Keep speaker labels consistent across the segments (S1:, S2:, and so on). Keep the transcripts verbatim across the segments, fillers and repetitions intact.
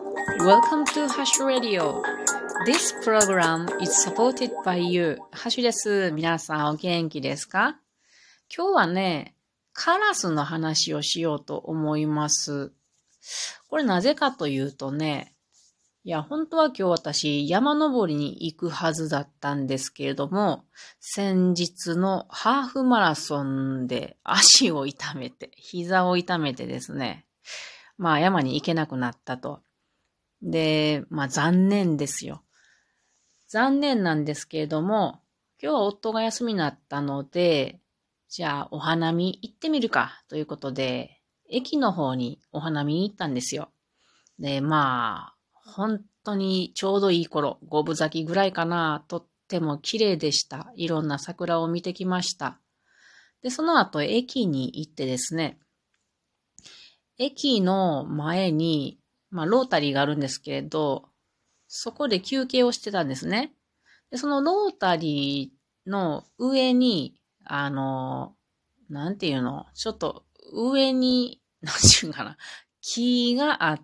S1: Welcome to Hash Radio. This program is supported by you. ハッシュです。皆さんお元気ですか？今日はね、カラスの話をしようと思います。これなぜかというとね、いや、本当は今日私山登りに行くはずだったんですけれども、先日のハーフマラソンで足を痛めて、膝を痛めてですね、まあ山に行けなくなったと。で、まあ残念ですよ。残念なんですけれども、今日は夫が休みになったので、じゃあお花見行ってみるかということで、駅の方にお花見に行ったんですよ。で、まあ、本当にちょうどいい頃、五分咲きぐらいかな、とっても綺麗でした。いろんな桜を見てきました。で、その後駅に行ってですね、駅の前に、まあ、ロータリーがあるんですけれど、そこで休憩をしてたんですね。で、そのロータリーの上に、あの、なんていうの、ちょっと上に、なんていうかな、木があって、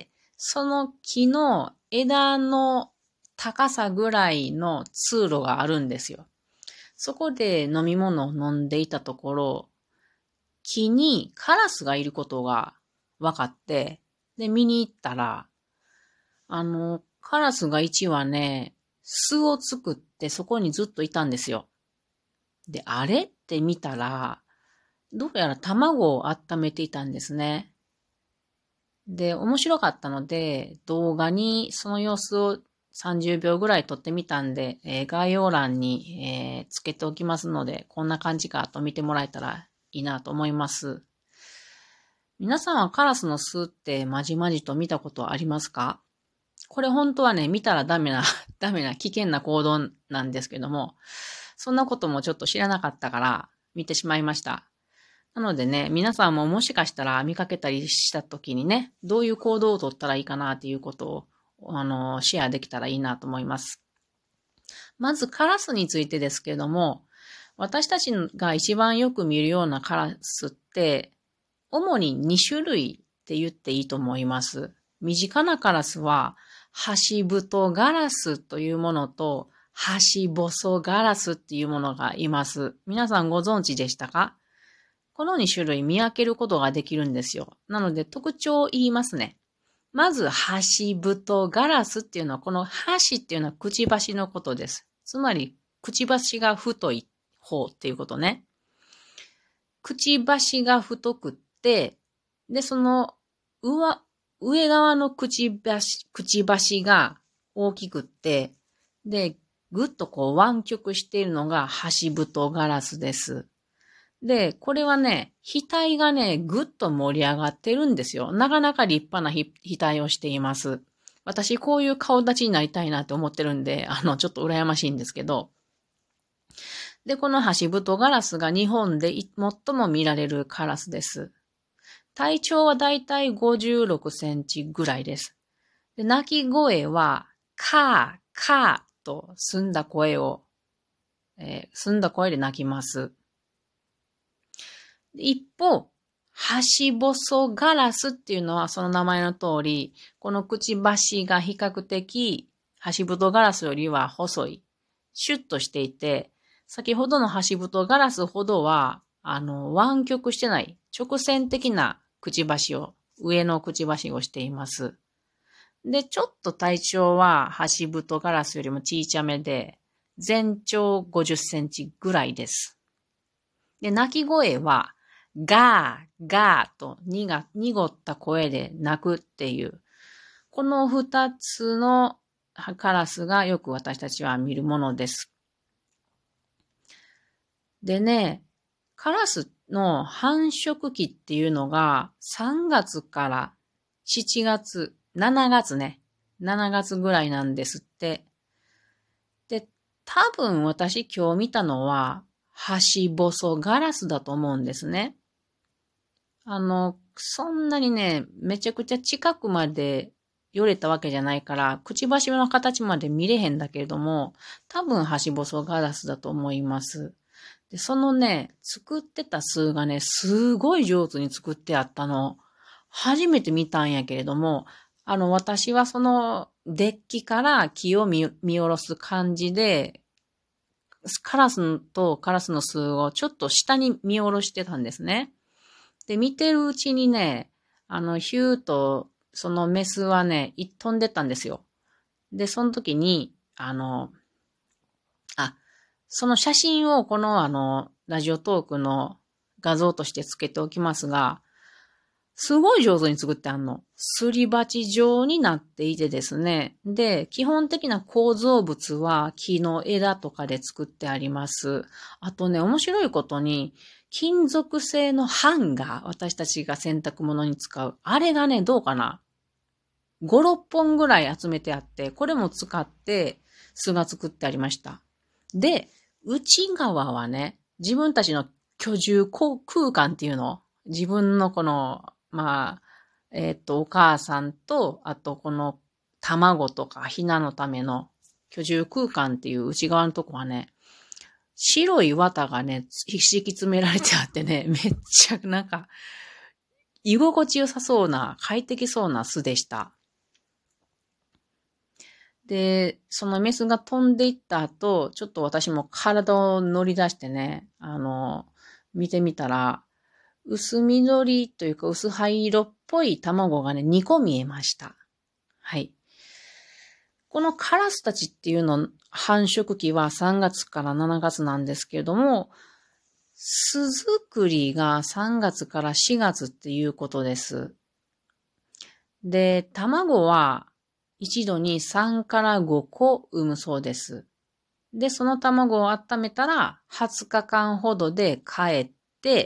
S1: その木の枝の高さぐらいの通路があるんですよ。そこで飲み物を飲んでいたところ、木にカラスがいることが分かって、で、見に行ったら、あの、カラスが一羽ね、巣を作ってそこにずっといたんですよ。で、あれって見たら、どうやら卵を温めていたんですね。で、面白かったので、動画にその様子をさんじゅうびょうぐらい撮ってみたんで、えー、概要欄に、えー、つけておきますので、こんな感じかと見てもらえたらいいなと思います。皆さんはカラスの巣ってまじまじと見たことありますか？これ本当はね、見たらダメな、ダメな危険な行動なんですけども、そんなこともちょっと知らなかったから見てしまいました。なのでね、皆さんももしかしたら見かけたりした時にね、どういう行動をとったらいいかなっていうことを、あの、シェアできたらいいなと思います。まずカラスについてですけれども、私たちが一番よく見るようなカラスって、主にに種類って言っていいと思います。身近なカラスは、ハシブトガラスというものと、ハシボソガラスっていうものがいます。皆さんご存知でしたか？このに種類見分けることができるんですよ。なので特徴を言いますね。まず、ハシブトガラスっていうのは、このハシっていうのはくちばしのことです。つまり、くちばしが太い方っていうことね。くちばしが太くって、で、その上、上側のくちばし、くちばしが大きくって、で、ぐっとこう湾曲しているのがハシブトガラスです。で、これはね、額がね、ぐっと盛り上がってるんですよ。なかなか立派な額をしています。私、こういう顔立ちになりたいなって思ってるんで、あの、ちょっと羨ましいんですけど。で、このハシブトガラスが日本で最も見られるカラスです。体長はだいたいごじゅうろくセンチぐらいです。で、鳴き声は、カー、カーと澄んだ声を、えー、澄んだ声で鳴きます。一方、ハシボソガラスっていうのはその名前の通り、このくちばしが比較的ハシブトガラスよりは細い、シュッとしていて、先ほどのハシブトガラスほどは、あの、湾曲してない、直線的なくちばしを、上のくちばしをしています。で、ちょっと体長はハシブトガラスよりも小さめで、全長ごじゅっセンチぐらいです。で、鳴き声は、ガー、ガーと濁った声で鳴くっていう、この二つのカラスがよく私たちは見るものです。でね、カラスの繁殖期っていうのがさんがつからしちがつ、しちがつね、しちがつぐらいなんですって。で、多分私今日見たのはハシボソガラスだと思うんですね。あの、そんなにね、めちゃくちゃ近くまで寄れたわけじゃないから、くちばしの形まで見れへんだけれども、多分ハシボソガラスだと思います。で、そのね、作ってた巣がね、すごい上手に作ってあったの。初めて見たんやけれども、 あの、私はそのデッキから木を見、見下ろす感じで、カラスとカラスの巣をちょっと下に見下ろしてたんですね。で、見てるうちにね、あの、ヒューとそのメスはね、飛んでったんですよ。で、その時に、あの、あ、その写真をこのあの、ラジオトークの画像として付けておきますが、すごい上手に作ってあんの。すり鉢状になっていてですね。で、基本的な構造物は木の枝とかで作ってあります。あとね、面白いことに、金属製のハンガー、私たちが洗濯物に使う。あれがね、どうかな ?ご、ろっぽんぐらい集めてあって、これも使って巣が作ってありました。で、内側はね、自分たちの居住空間っていうの、自分のこの、まあ、えっと、お母さんと、あとこの卵とかヒナのための居住空間っていう内側のとこはね、白い綿がね、敷き詰められてあってね、めっちゃなんか、居心地良さそうな、快適そうな巣でした。で、そのメスが飛んでいった後、ちょっと私も体を乗り出してね、あの、見てみたら、薄緑というか薄灰色っぽい卵がね、にこ見えました。はい。このカラスたちっていうの、繁殖期はさんがつからしちがつなんですけれども、巣作りがさんがつからしがつっていうことです。で、卵は一度にさんからごこ産むそうです。で、その卵を温めたらはつかかんほどで帰って、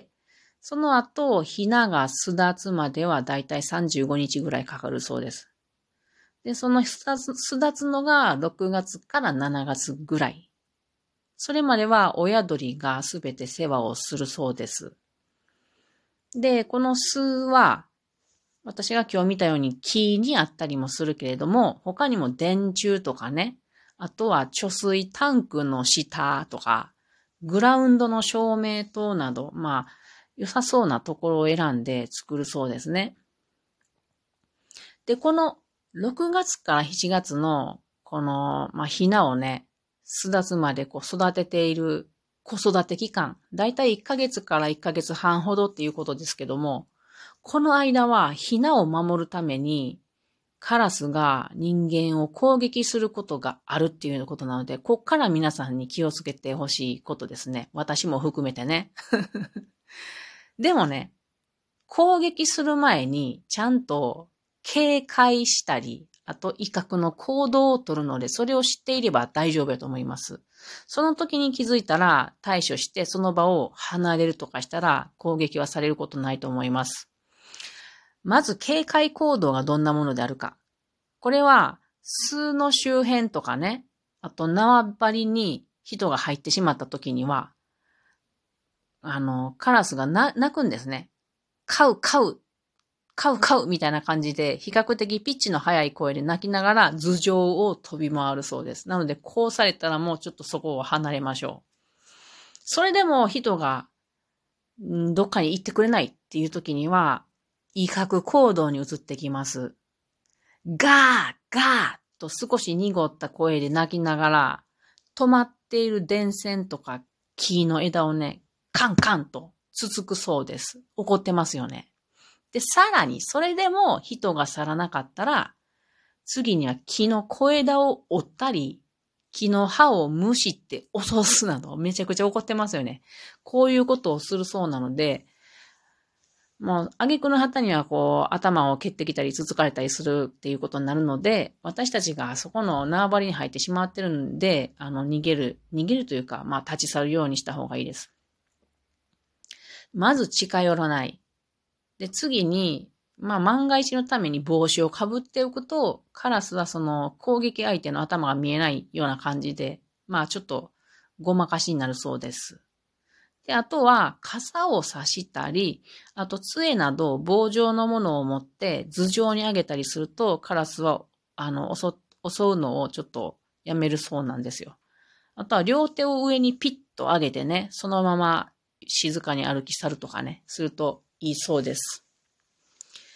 S1: その後、ヒナが巣立つまではだいたいさんじゅうごにちぐらいかかるそうです。で、その巣立つのがろくがつからしちがつぐらい。それまでは親鳥がすべて世話をするそうです。で、この巣は、私が今日見たように木にあったりもするけれども、他にも電柱とかね、あとは貯水タンクの下とか、グラウンドの照明灯など、まあ、良さそうなところを選んで作るそうですね。で、このろくがつからしちがつの、この、まあ、ひなをね、巣立つまでこう育てている子育て期間、だいたいいっかげつからいっかげつはんほどっていうことですけども、この間はひなを守るために、カラスが人間を攻撃することがあるっていうことなので、こっから皆さんに気をつけてほしいことですね。私も含めてね。でもね、攻撃する前にちゃんと警戒したり、あと威嚇の行動をとるので、それを知っていれば大丈夫だと思います。その時に気づいたら対処してその場を離れるとかしたら攻撃はされることないと思います。まず警戒行動がどんなものであるか。これは巣の周辺とかね、あと縄張りに人が入ってしまった時には、あの、カラスがな鳴くんですね。飼う、飼う、飼う、飼うみたいな感じで、比較的ピッチの速い声で鳴きながら頭上を飛び回るそうです。なので、こうされたらもうちょっとそこを離れましょう。それでも人が、どっかに行ってくれないっていう時には、威嚇行動に移ってきます。ガー、ガーと少し濁った声で鳴きながら、止まっている電線とか木の枝をね、カンカンとつつくそうです。怒ってますよね。で、さらに、それでも人が去らなかったら、次には木の小枝を折ったり、木の葉をむしって襲すなど、めちゃくちゃ怒ってますよね。こういうことをするそうなので、もう、挙句の果てにはこう、頭を蹴ってきたり、つつかれたりするっていうことになるので、私たちがそこの縄張りに入ってしまってるんで、あの、逃げる、逃げるというか、まあ、立ち去るようにした方がいいです。まず近寄らない。で、次に、まあ、万が一のために帽子をかぶっておくと、カラスはその攻撃相手の頭が見えないような感じで、まあ、ちょっとごまかしになるそうです。で、あとは、傘を差したり、あと杖など棒状のものを持って頭上に上げたりすると、カラスは、あの、襲、襲うのをちょっとやめるそうなんですよ。あとは両手を上にピッと上げてね、そのまま静かに歩き去るとかね、するといいそうです。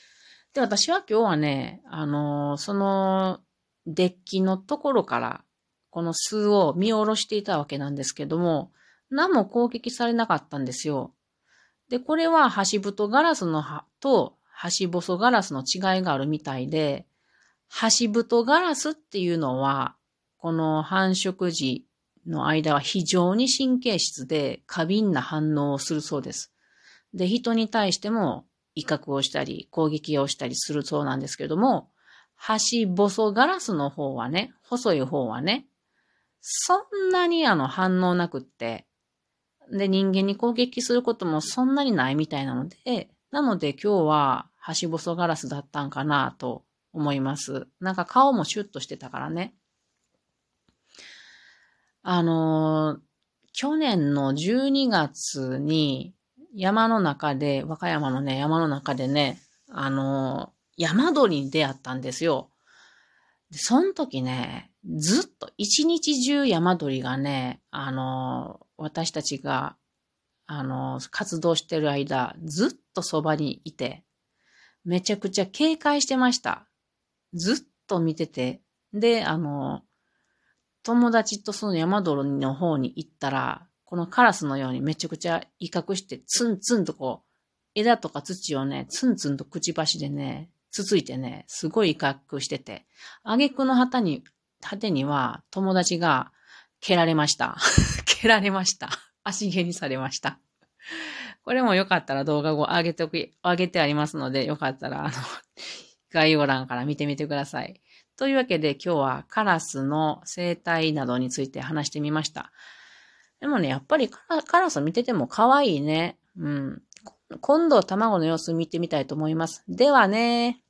S1: で、私は今日はね、あのーその、デッキのところから、この巣を見下ろしていたわけなんですけども、何も攻撃されなかったんですよ。で、これはハシブトガラスの葉とハシボソガラスの違いがあるみたいで、ハシブトガラスっていうのは、この繁殖時の間は非常に神経質で過敏な反応をするそうです。で、人に対しても威嚇をしたり攻撃をしたりするそうなんですけれども、ハシボソガラスの方はね、細い方はね、そんなにあの反応なくって、で、人間に攻撃することもそんなにないみたいなので、なので今日はハシボソガラスだったんかなと思います。なんか顔もシュッとしてたからね。あのー、去年のじゅうにがつに山の中で、和歌山のね、山の中でね、あのー、山鳥に出会ったんですよ。で、その時ね、ずっと一日中山鳥がね、あのー、私たちがあの、活動してる間、ずっとそばにいて、めちゃくちゃ警戒してました。ずっと見てて。で、あの、友達とその山鳥の方に行ったら、このカラスのようにめちゃくちゃ威嚇して、ツンツンとこう、枝とか土をね、ツンツンとくちばしでね、つついてね、すごい威嚇してて、挙句の果てに、果てには友達が蹴られました。蹴られました。足蹴にされました。これもよかったら動画を上げておき、上げてありますので、よかったら、あの、概要欄から見てみてください。というわけで今日はカラスの生態などについて話してみました。でもね、やっぱりカラカラス見てても可愛いね。うん。今度卵の様子見てみたいと思います。ではね。